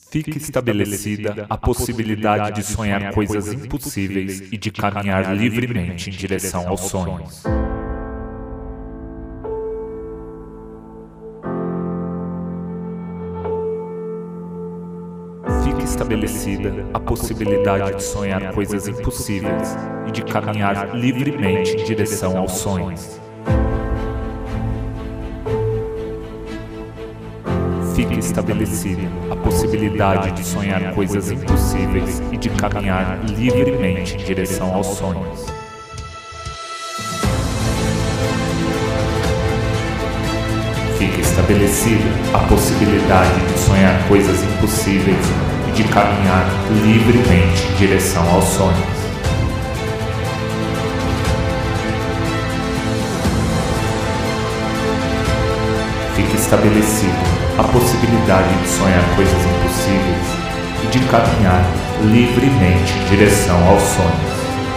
Fique estabelecida a possibilidade de sonhar coisas impossíveis e de caminhar livremente em direção aos sonhos. Fique estabelecida a possibilidade de sonhar coisas impossíveis e de caminhar livremente em direção aos sonhos. Fique estabelecida a possibilidade de sonhar coisas impossíveis e de caminhar livremente em direção aos sonhos. Fique estabelecida a possibilidade de sonhar coisas impossíveis e de caminhar livremente em direção aos sonhos. Fique estabelecida a possibilidade de sonhar coisas impossíveis e de caminhar livremente em direção aos sonhos.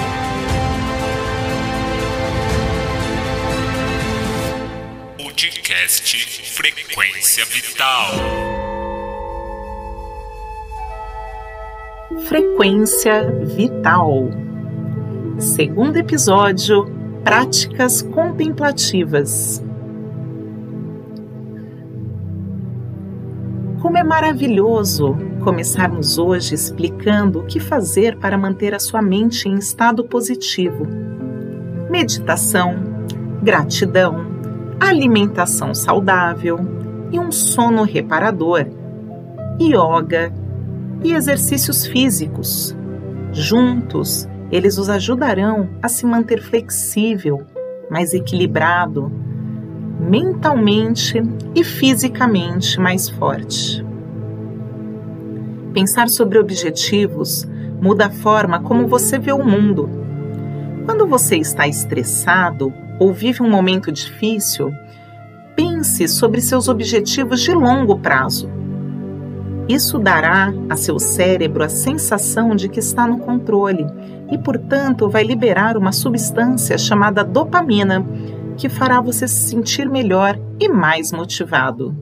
Podcast Frequência Vital. Frequência Vital. Segundo episódio, Práticas Contemplativas. Como é maravilhoso começarmos hoje explicando o que fazer para manter a sua mente em estado positivo. Meditação, gratidão, alimentação saudável e um sono reparador, yoga e exercícios físicos. Juntos, eles os ajudarão a se manter flexível, mais equilibrado, mentalmente e fisicamente mais forte. Pensar sobre objetivos muda a forma como você vê o mundo. Quando você está estressado ou vive um momento difícil, pense sobre seus objetivos de longo prazo. Isso dará a seu cérebro a sensação de que está no controle e, portanto, vai liberar uma substância chamada dopamina, que fará você se sentir melhor e mais motivado.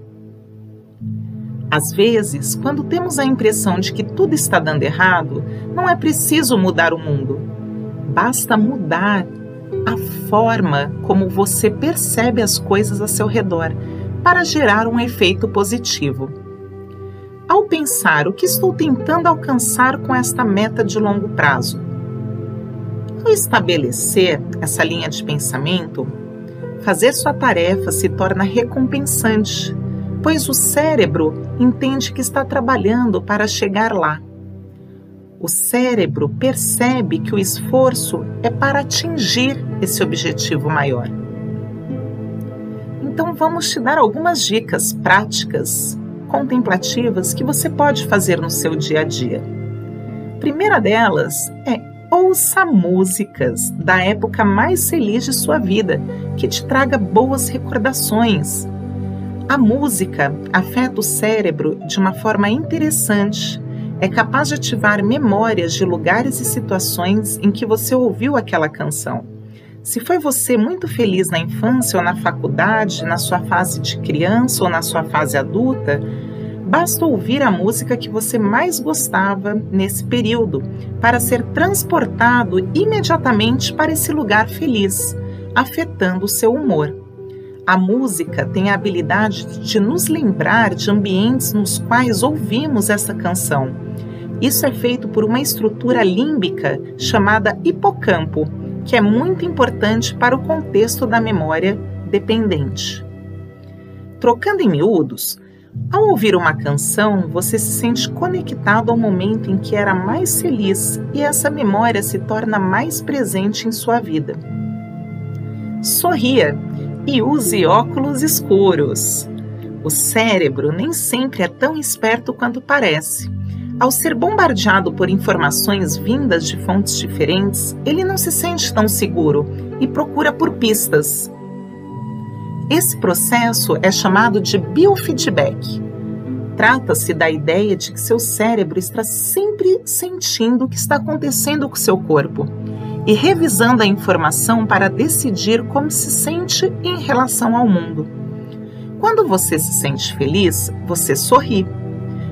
Às vezes, quando temos a impressão de que tudo está dando errado, não é preciso mudar o mundo. Basta mudar a forma como você percebe as coisas a seu redor para gerar um efeito positivo. Ao pensar o que estou tentando alcançar com esta meta de longo prazo, ao estabelecer essa linha de pensamento, fazer sua tarefa se torna recompensante, pois o cérebro entende que está trabalhando para chegar lá. O cérebro percebe que o esforço é para atingir esse objetivo maior. Então vamos te dar algumas dicas práticas, contemplativas que você pode fazer no seu dia a dia. A primeira delas é: ouça músicas da época mais feliz de sua vida, que te traga boas recordações. A música afeta o cérebro de uma forma interessante. É capaz de ativar memórias de lugares e situações em que você ouviu aquela canção. Se foi você muito feliz na infância ou na faculdade, na sua fase de criança ou na sua fase adulta, basta ouvir a música que você mais gostava nesse período para ser transportado imediatamente para esse lugar feliz, afetando o seu humor. A música tem a habilidade de nos lembrar de ambientes nos quais ouvimos essa canção. Isso é feito por uma estrutura límbica chamada hipocampo, que é muito importante para o contexto da memória dependente. Trocando em miúdos, ao ouvir uma canção, você se sente conectado ao momento em que era mais feliz e essa memória se torna mais presente em sua vida. Sorria e use óculos escuros. O cérebro nem sempre é tão esperto quanto parece. Ao ser bombardeado por informações vindas de fontes diferentes, ele não se sente tão seguro e procura por pistas. Esse processo é chamado de biofeedback. Trata-se da ideia de que seu cérebro está sempre sentindo o que está acontecendo com seu corpo e revisando a informação para decidir como se sente em relação ao mundo. Quando você se sente feliz, você sorri.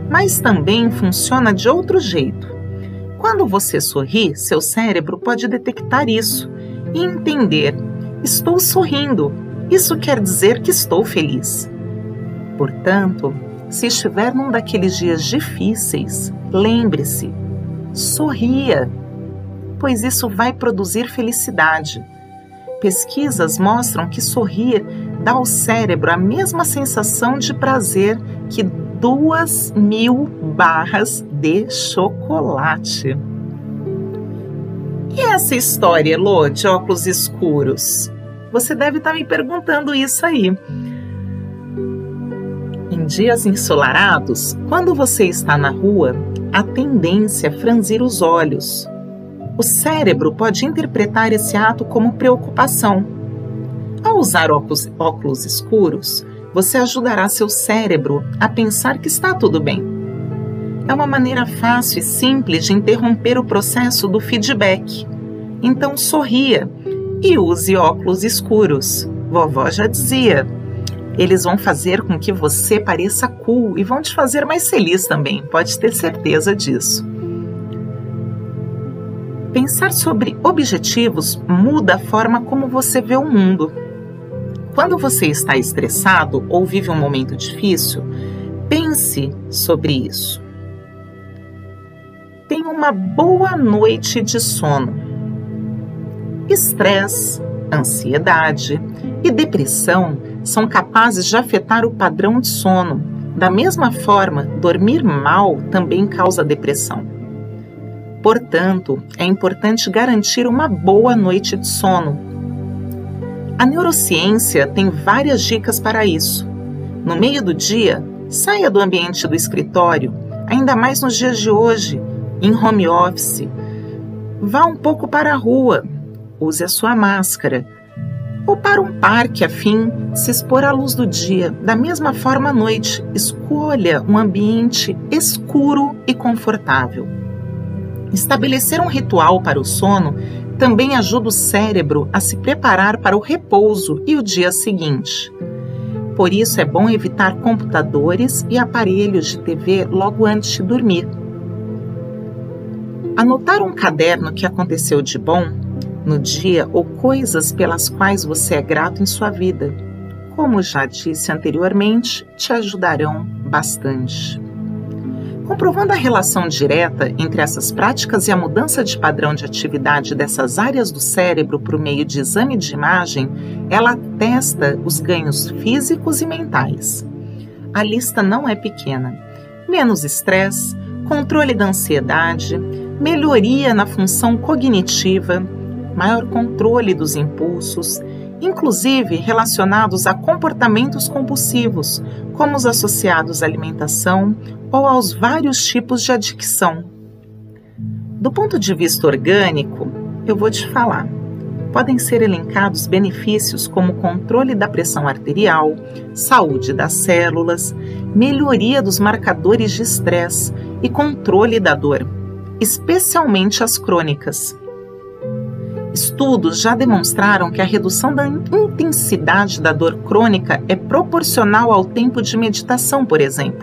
mas também funciona de outro jeito. Quando você sorri, seu cérebro pode detectar isso e entender: estou sorrindo, isso quer dizer que estou feliz. Portanto, se estiver num daqueles dias difíceis, lembre-se, sorria, pois isso vai produzir felicidade. Pesquisas mostram que sorrir dá ao cérebro a mesma sensação de prazer que 2.000 barras de chocolate. E essa história, Elô, de óculos escuros? Você deve estar me perguntando isso aí. Em dias ensolarados, quando você está na rua, a tendência é franzir os olhos. O cérebro pode interpretar esse ato como preocupação. Ao usar óculos escuros, você ajudará seu cérebro a pensar que está tudo bem. É uma maneira fácil e simples de interromper o processo do feedback. Então sorria e use óculos escuros. Vovó já dizia, eles vão fazer com que você pareça cool e vão te fazer mais feliz também, pode ter certeza disso. Pensar sobre objetivos muda a forma como você vê o mundo. Quando você está estressado ou vive um momento difícil, pense sobre isso. Tenha uma boa noite de sono. Estresse, ansiedade e depressão são capazes de afetar o padrão de sono. Da mesma forma, dormir mal também causa depressão. Portanto, é importante garantir uma boa noite de sono. A neurociência tem várias dicas para isso. No meio do dia, saia do ambiente do escritório, ainda mais nos dias de hoje, em home office. Vá um pouco para a rua, use a sua máscara, ou para um parque a fim de se expor à luz do dia. Da mesma forma à noite, escolha um ambiente escuro e confortável. Estabelecer um ritual para o sono também ajuda o cérebro a se preparar para o repouso e o dia seguinte. Por isso é bom evitar computadores e aparelhos de TV logo antes de dormir. Anotar um caderno que aconteceu de bom no dia ou coisas pelas quais você é grato em sua vida, como já disse anteriormente, te ajudarão bastante. Comprovando a relação direta entre essas práticas e a mudança de padrão de atividade dessas áreas do cérebro por meio de exame de imagem, ela atesta os ganhos físicos e mentais. A lista não é pequena. Menos estresse, controle da ansiedade, melhoria na função cognitiva, maior controle dos impulsos, inclusive relacionados a comportamentos compulsivos, como os associados à alimentação ou aos vários tipos de adicção. Do ponto de vista orgânico, eu vou te falar. Podem ser elencados benefícios como controle da pressão arterial, saúde das células, melhoria dos marcadores de estresse e controle da dor, especialmente as crônicas. Estudos já demonstraram que a redução da intensidade da dor crônica é proporcional ao tempo de meditação, por exemplo.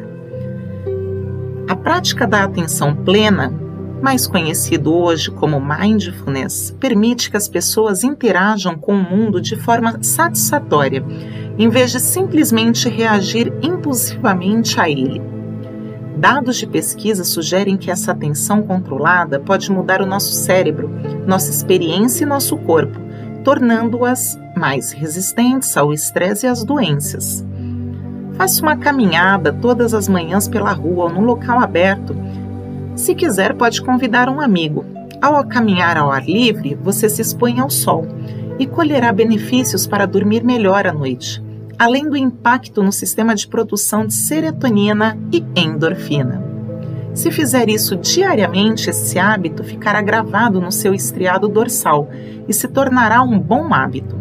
A prática da atenção plena, mais conhecido hoje como mindfulness, permite que as pessoas interajam com o mundo de forma satisfatória, em vez de simplesmente reagir impulsivamente a ele. Dados de pesquisa sugerem que essa atenção controlada pode mudar o nosso cérebro, nossa experiência e nosso corpo, tornando-as mais resistentes ao estresse e às doenças. Faça uma caminhada todas as manhãs pela rua ou num local aberto. Se quiser, pode convidar um amigo. Ao caminhar ao ar livre, você se expõe ao sol e colherá benefícios para dormir melhor à noite, além do impacto no sistema de produção de serotonina e endorfina. Se fizer isso diariamente, esse hábito ficará gravado no seu estriado dorsal e se tornará um bom hábito.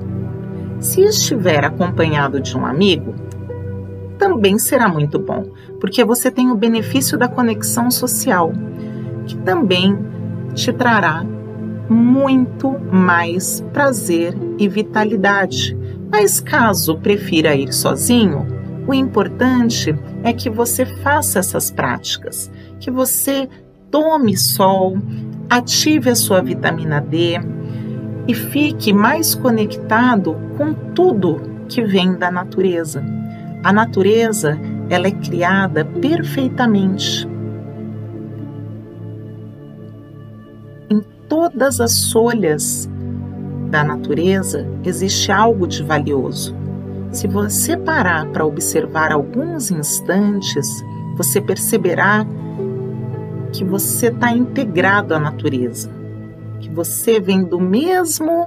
Se estiver acompanhado de um amigo, também será muito bom, porque você tem o benefício da conexão social, que também te trará muito mais prazer e vitalidade. Mas caso prefira ir sozinho, O importante é que você faça essas práticas, que você tome sol, ative a sua vitamina D e fique mais conectado com tudo que vem da natureza. A natureza, ela é criada perfeitamente. Em todas as folhas da natureza existe algo de valioso. Se você parar para observar alguns instantes, você perceberá que você está integrado à natureza, que você vem do mesma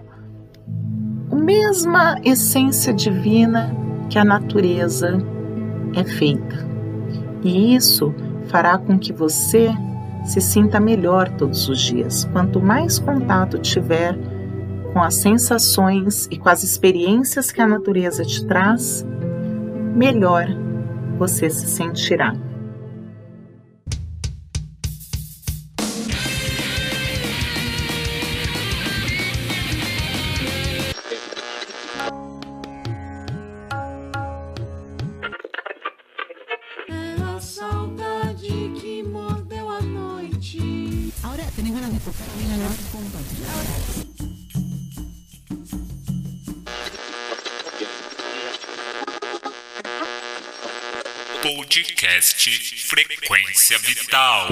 essência divina que a natureza é feita. E isso fará com que você se sinta melhor todos os dias. Quanto mais contato tiver com as sensações e com as experiências que a natureza te traz, melhor você se sentirá. Era a saudade que mordeu a noite. Ahora tenés ganas de tocar bien a la compa. Podcast Frequência Vital.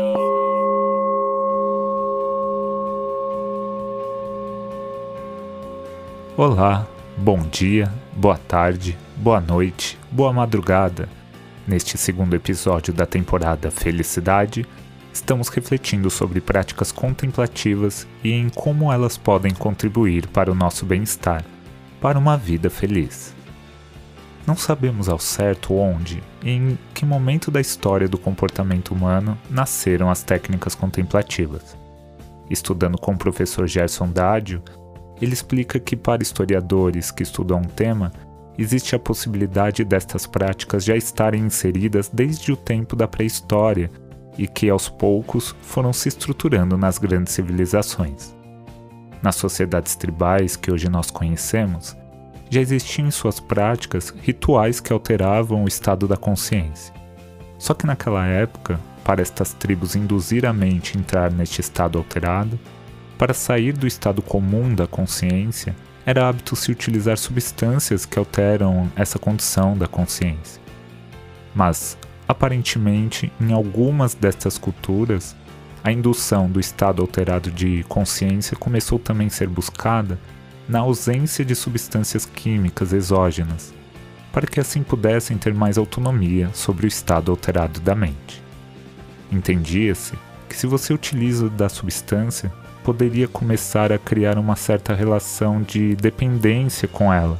Olá, bom dia, boa tarde, boa noite, boa madrugada. Neste segundo episódio da temporada Felicidade, estamos refletindo sobre práticas contemplativas e em como elas podem contribuir para o nosso bem-estar, para uma vida feliz. Não sabemos ao certo onde e em que momento da história do comportamento humano nasceram as técnicas contemplativas. Estudando com o professor Gerson Dádio, ele explica que para historiadores que estudam um tema, existe a possibilidade destas práticas já estarem inseridas desde o tempo da pré-história e que aos poucos foram se estruturando nas grandes civilizações. Nas sociedades tribais que hoje nós conhecemos, já existiam em suas práticas rituais que alteravam o estado da consciência. Só que naquela época, para estas tribos induzir a mente a entrar neste estado alterado, para sair do estado comum da consciência, era hábito se utilizar substâncias que alteram essa condição da consciência. Mas, aparentemente, em algumas destas culturas, a indução do estado alterado de consciência começou também a ser buscada na ausência de substâncias químicas exógenas, para que assim pudessem ter mais autonomia sobre o estado alterado da mente. Entendia-se que se você utiliza da substância, poderia começar a criar uma certa relação de dependência com ela.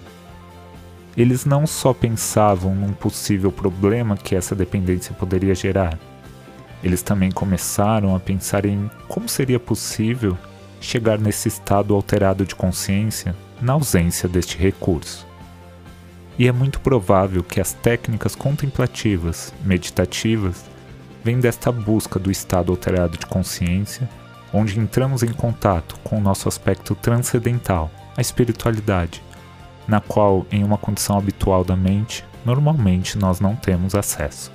Eles não só pensavam num possível problema que essa dependência poderia gerar, eles também começaram a pensar em como seria possível chegar nesse estado alterado de consciência na ausência deste recurso. E é muito provável que as técnicas contemplativas, meditativas, vêm desta busca do estado alterado de consciência, onde entramos em contato com o nosso aspecto transcendental, a espiritualidade, na qual, em uma condição habitual da mente, normalmente nós não temos acesso.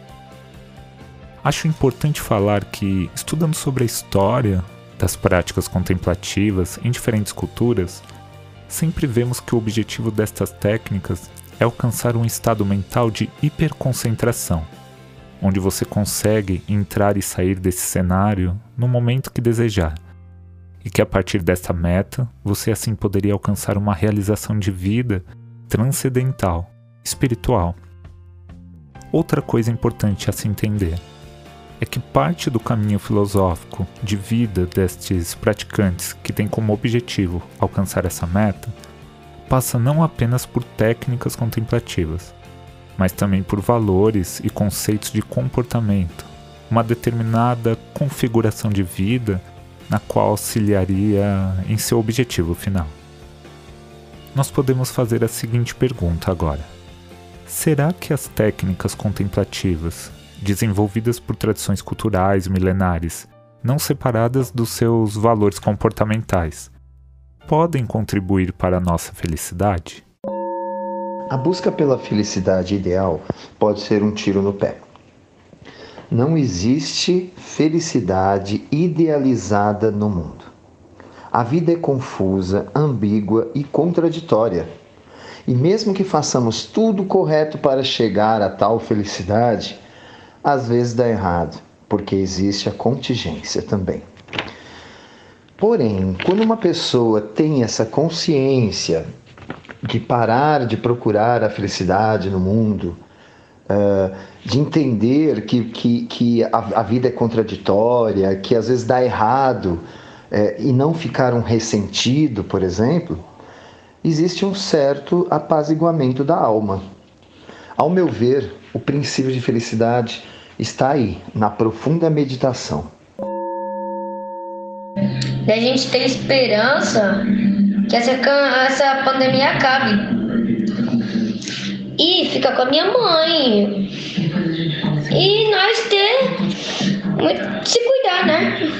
Acho importante falar que, estudando sobre a história das práticas contemplativas em diferentes culturas, sempre vemos que o objetivo destas técnicas é alcançar um estado mental de hiperconcentração, onde você consegue entrar e sair desse cenário no momento que desejar, e que a partir dessa meta, você assim poderia alcançar uma realização de vida transcendental, espiritual. Outra coisa importante a se entender é que parte do caminho filosófico de vida destes praticantes que tem como objetivo alcançar essa meta passa não apenas por técnicas contemplativas, mas também por valores e conceitos de comportamento, uma determinada configuração de vida na qual auxiliaria em seu objetivo final. Nós podemos fazer a seguinte pergunta agora: será que as técnicas contemplativas desenvolvidas por tradições culturais milenares, não separadas dos seus valores comportamentais, podem contribuir para a nossa felicidade? A busca pela felicidade ideal pode ser um tiro no pé. Não existe felicidade idealizada no mundo. A vida é confusa, ambígua e contraditória. E mesmo que façamos tudo correto para chegar a tal felicidade, às vezes dá errado, porque existe a contingência também. Porém, quando uma pessoa tem essa consciência de parar de procurar a felicidade no mundo, de entender que a vida é contraditória, que às vezes dá errado, e não ficar um ressentido, por exemplo, existe um certo apaziguamento da alma. Ao meu ver, o princípio de felicidade está aí, na profunda meditação. Da gente ter esperança que essa pandemia acabe. E ficar com a minha mãe. E nós se cuidar, né?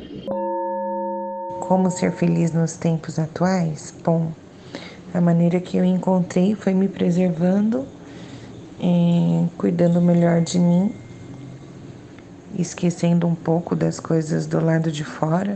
Como ser feliz nos tempos atuais? Bom, a maneira que eu encontrei foi me preservando, cuidando melhor de mim, esquecendo um pouco das coisas do lado de fora.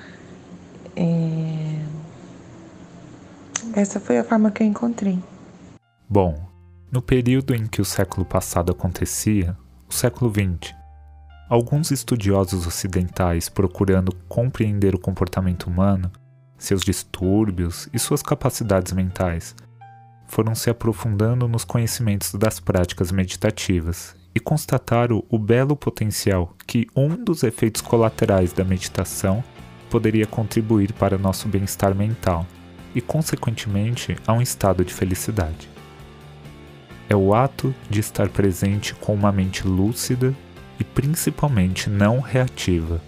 Essa foi a forma que eu encontrei. Bom, no período em que o século passado acontecia, o século XX, alguns estudiosos ocidentais procurando compreender o comportamento humano, seus distúrbios e suas capacidades mentais, foram se aprofundando nos conhecimentos das práticas meditativas e constataram o belo potencial que um dos efeitos colaterais da meditação poderia contribuir para nosso bem-estar mental e, consequentemente, a um estado de felicidade. É o ato de estar presente com uma mente lúcida e principalmente não reativa.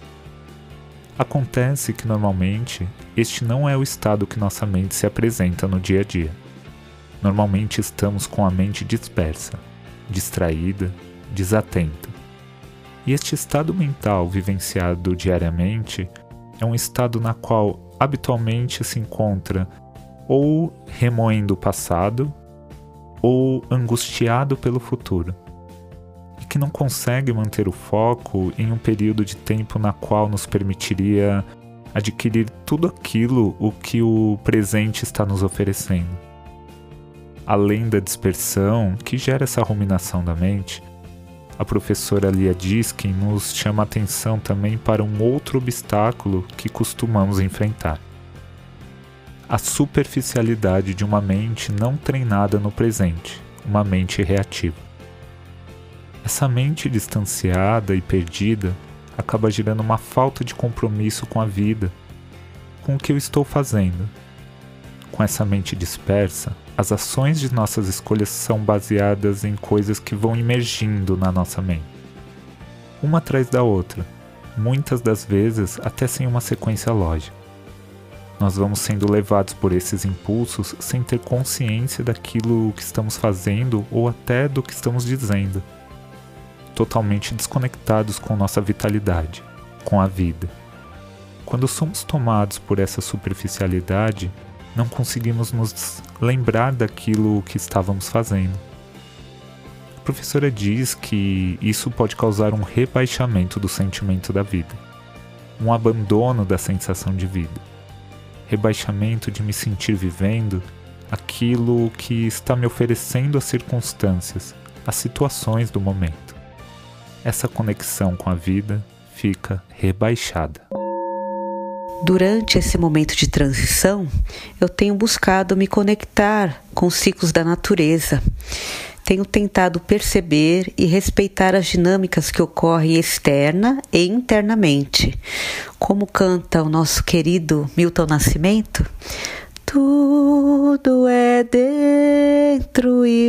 Acontece que normalmente este não é o estado que nossa mente se apresenta no dia a dia. Normalmente estamos com a mente dispersa, distraída, desatenta. E este estado mental vivenciado diariamente é um estado na qual habitualmente se encontra ou remoendo o passado ou angustiado pelo futuro, e que não consegue manter o foco em um período de tempo na qual nos permitiria adquirir tudo aquilo o que o presente está nos oferecendo. Além da dispersão que gera essa ruminação da mente, a professora Lia Diskin nos chama a atenção também para um outro obstáculo que costumamos enfrentar: a superficialidade de uma mente não treinada no presente, uma mente reativa. Essa mente distanciada e perdida acaba gerando uma falta de compromisso com a vida, com o que eu estou fazendo. Com essa mente dispersa, as ações de nossas escolhas são baseadas em coisas que vão emergindo na nossa mente, uma atrás da outra, muitas das vezes até sem uma sequência lógica. Nós vamos sendo levados por esses impulsos sem ter consciência daquilo que estamos fazendo ou até do que estamos dizendo, totalmente desconectados com nossa vitalidade, com a vida. Quando somos tomados por essa superficialidade, não conseguimos nos lembrar daquilo que estávamos fazendo. A professora diz que isso pode causar um rebaixamento do sentimento da vida, um abandono da sensação de vida, rebaixamento de me sentir vivendo aquilo que está me oferecendo as circunstâncias, as situações do momento. Essa conexão com a vida fica rebaixada. Durante esse momento de transição, eu tenho buscado me conectar com os ciclos da natureza. Tenho tentado perceber e respeitar as dinâmicas que ocorrem externa e internamente. Como canta o nosso querido Milton Nascimento, tudo é dentro e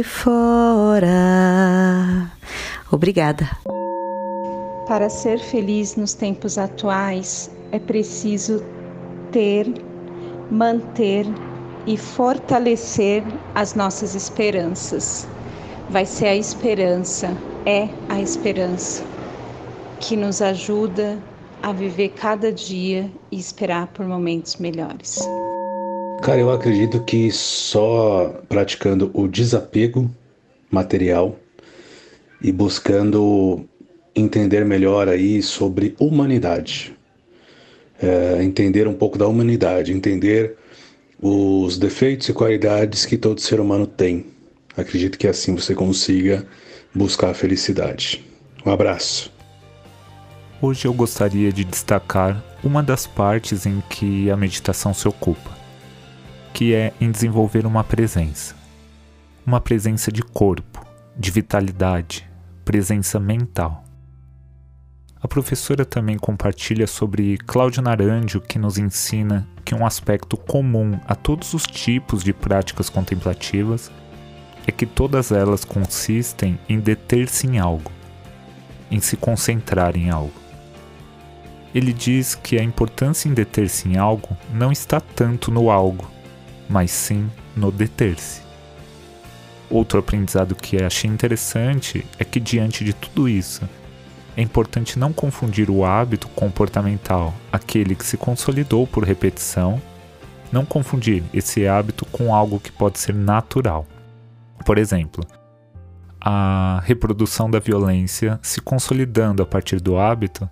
fora. Obrigada. Para ser feliz nos tempos atuais, é preciso ter, manter e fortalecer as nossas esperanças. Vai ser a esperança, é a esperança, que nos ajuda a viver cada dia e esperar por momentos melhores. Cara, eu acredito que só praticando o desapego material e buscando entender melhor aí sobre humanidade, entender um pouco da humanidade, entender os defeitos e qualidades que todo ser humano tem. Acredito que assim você consiga buscar a felicidade. Um abraço. Hoje eu gostaria de destacar uma das partes em que a meditação se ocupa, que é em desenvolver uma presença de corpo, de vitalidade, presença mental. A professora também compartilha sobre Cláudio Naranjo, que nos ensina que um aspecto comum a todos os tipos de práticas contemplativas é que todas elas consistem em deter-se em algo, em se concentrar em algo. Ele diz que a importância em deter-se em algo não está tanto no algo, mas sim no deter-se. Outro aprendizado que achei interessante é que, diante de tudo isso, é importante não confundir o hábito comportamental, aquele que se consolidou por repetição, não confundir esse hábito com algo que pode ser natural. Por exemplo, a reprodução da violência se consolidando a partir do hábito,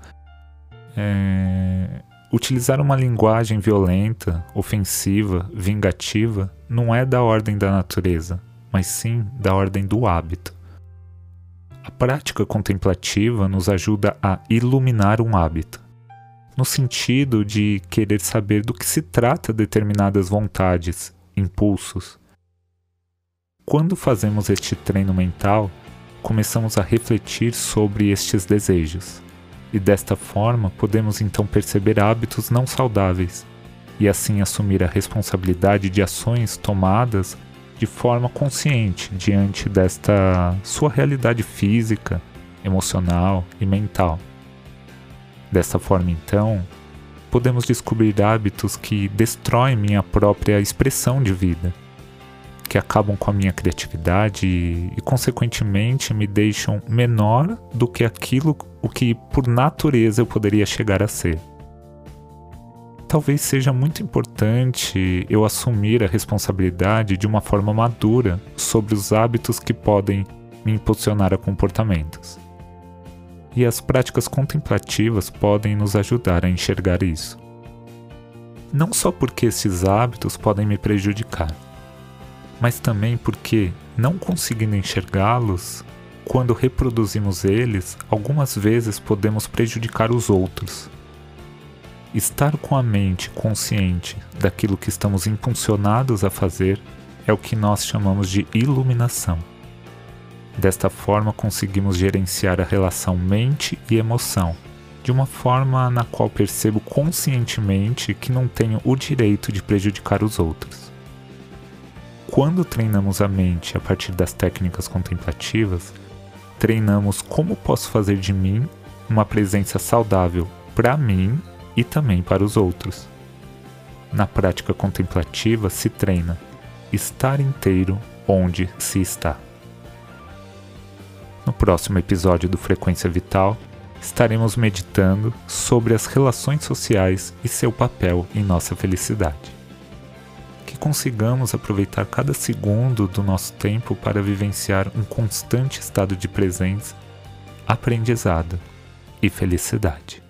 utilizar uma linguagem violenta, ofensiva, vingativa, não é da ordem da natureza, mas sim da ordem do hábito. A prática contemplativa nos ajuda a iluminar um hábito, no sentido de querer saber do que se trata determinadas vontades, impulsos. Quando fazemos este treino mental, começamos a refletir sobre estes desejos, e desta forma podemos então perceber hábitos não saudáveis, e assim assumir a responsabilidade de ações tomadas de forma consciente diante desta sua realidade física, emocional e mental. Desta forma, então, podemos descobrir hábitos que destroem minha própria expressão de vida, que acabam com a minha criatividade e consequentemente, me deixam menor do que aquilo o que, por natureza, eu poderia chegar a ser. Talvez seja muito importante eu assumir a responsabilidade de uma forma madura sobre os hábitos que podem me impulsionar a comportamentos. E as práticas contemplativas podem nos ajudar a enxergar isso. Não só porque esses hábitos podem me prejudicar, mas também porque, não conseguindo enxergá-los, quando reproduzimos eles, algumas vezes podemos prejudicar os outros. Estar com a mente consciente daquilo que estamos impulsionados a fazer é o que nós chamamos de iluminação. Desta forma, conseguimos gerenciar a relação mente e emoção, de uma forma na qual percebo conscientemente que não tenho o direito de prejudicar os outros. Quando treinamos a mente a partir das técnicas contemplativas, treinamos como posso fazer de mim uma presença saudável para mim e também para os outros. Na prática contemplativa se treina estar inteiro onde se está. No próximo episódio do Frequência Vital, estaremos meditando sobre as relações sociais e seu papel em nossa felicidade. Que consigamos aproveitar cada segundo do nosso tempo para vivenciar um constante estado de presença, aprendizado e felicidade.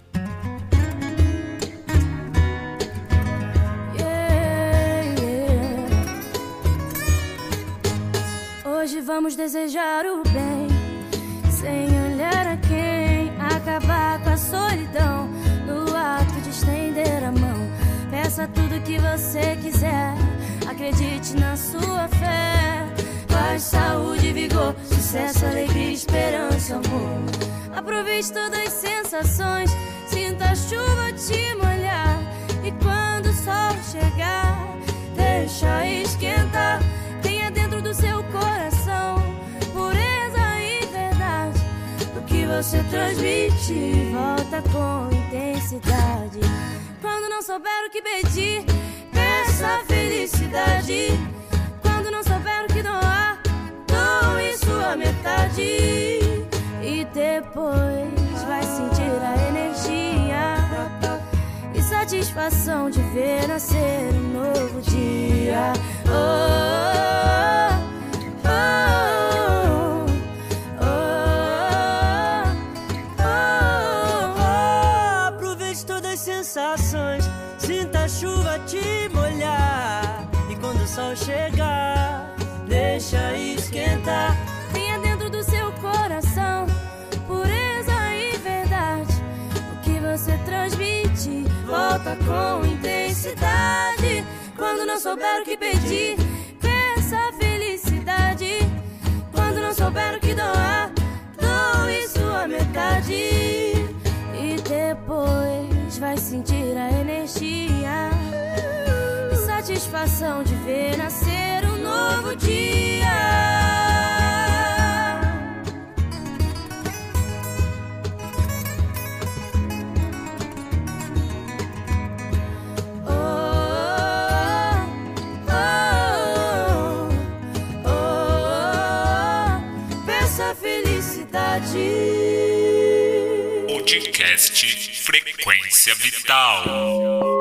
Hoje vamos desejar o bem, sem olhar a quem, acabar com a solidão, no ato de estender a mão. Peça tudo que você quiser, acredite na sua fé. Paz, saúde, vigor, sucesso, alegria, esperança, amor. Aproveite todas as sensações, sinta a chuva te molhar. E quando o sol chegar, deixa esquentar. Tenha dentro do seu coração pureza e verdade. O que você transmite volta com intensidade. Quando não souber o que pedir, peça felicidade. Quando não souber o que doar, doe sua metade. E depois vai sentir a energia e satisfação satisfação de ver nascer um novo dia. Aproveite todas as sensações, sinta a chuva te molhar, e quando o sol chegar, deixa esquentar. Tenha dentro do seu coração pureza e verdade. O que você transmite volta com intensidade. Quando não souber o que pedir, peça felicidade. Quando não souber o que doar, doe sua metade. E depois vai sentir a energia e satisfação de ver nascer um novo dia. Podcast Frequência Vital.